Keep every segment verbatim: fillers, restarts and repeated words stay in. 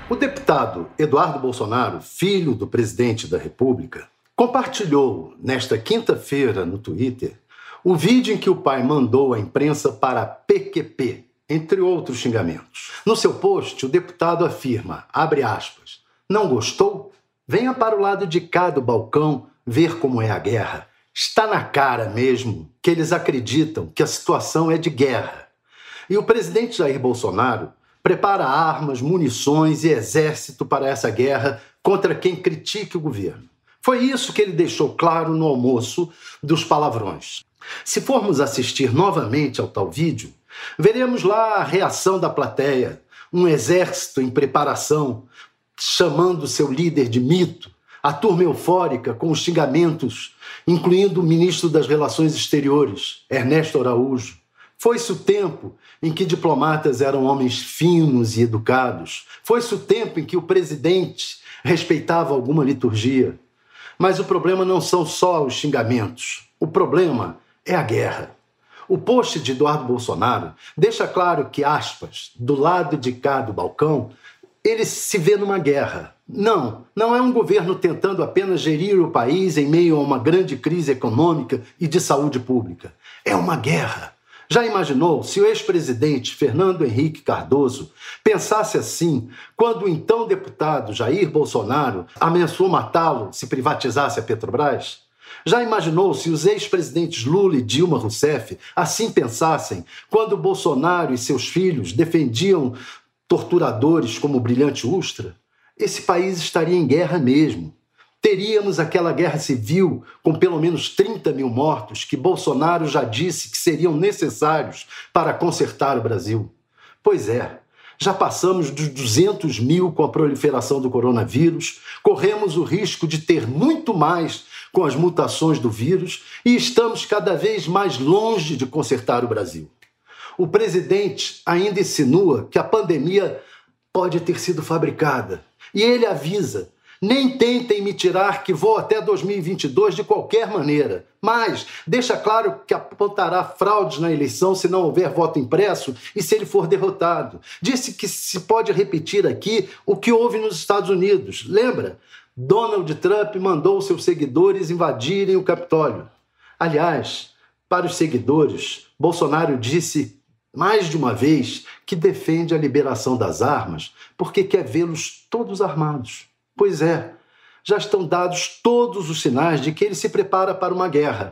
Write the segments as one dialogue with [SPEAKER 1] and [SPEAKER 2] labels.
[SPEAKER 1] O deputado Eduardo Bolsonaro, filho do presidente da República, compartilhou nesta quinta-feira no Twitter o vídeo em que o pai mandou a imprensa para P Q P, entre outros xingamentos. No seu post, o deputado afirma, abre aspas, não gostou? Venha para o lado de cá do balcão ver como é a guerra. Está na cara mesmo que eles acreditam que a situação é de guerra. E o presidente Jair Bolsonaro prepara armas, munições e exército para essa guerra contra quem critique o governo. Foi isso que ele deixou claro no almoço dos palavrões. Se formos assistir novamente ao tal vídeo, veremos lá a reação da plateia, um exército em preparação, chamando seu líder de mito, a turma eufórica com os xingamentos, incluindo o ministro das Relações Exteriores, Ernesto Araújo. Foi-se o tempo em que diplomatas eram homens finos e educados. Foi-se o tempo em que o presidente respeitava alguma liturgia. Mas o problema não são só os xingamentos. O problema é a guerra. O post de Eduardo Bolsonaro deixa claro que, aspas, do lado de cá do balcão, ele se vê numa guerra. Não, não é um governo tentando apenas gerir o país em meio a uma grande crise econômica e de saúde pública. É uma guerra. Já imaginou se o ex-presidente Fernando Henrique Cardoso pensasse assim quando o então deputado Jair Bolsonaro ameaçou matá-lo se privatizasse a Petrobras? Já imaginou se os ex-presidentes Lula e Dilma Rousseff assim pensassem quando Bolsonaro e seus filhos defendiam torturadores como o Brilhante Ustra? Esse país estaria em guerra mesmo. Teríamos aquela guerra civil com pelo menos trinta mil mortos que Bolsonaro já disse que seriam necessários para consertar o Brasil. Pois é, já passamos dos duzentos mil com a proliferação do coronavírus, corremos o risco de ter muito mais com as mutações do vírus e estamos cada vez mais longe de consertar o Brasil. O presidente ainda insinua que a pandemia pode ter sido fabricada e ele avisa: nem tentem me tirar que vou até dois mil e vinte e dois de qualquer maneira. Mas deixa claro que apontará fraudes na eleição se não houver voto impresso e se ele for derrotado. Disse que se pode repetir aqui o que houve nos Estados Unidos. Lembra? Donald Trump mandou seus seguidores invadirem o Capitólio. Aliás, para os seguidores, Bolsonaro disse mais de uma vez que defende a liberação das armas porque quer vê-los todos armados. Pois é, já estão dados todos os sinais de que ele se prepara para uma guerra.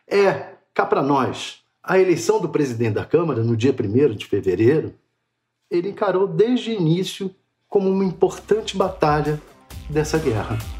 [SPEAKER 1] É, cá para nós, a eleição do presidente da Câmara, no dia primeiro de fevereiro, ele encarou desde o início como uma importante batalha dessa guerra.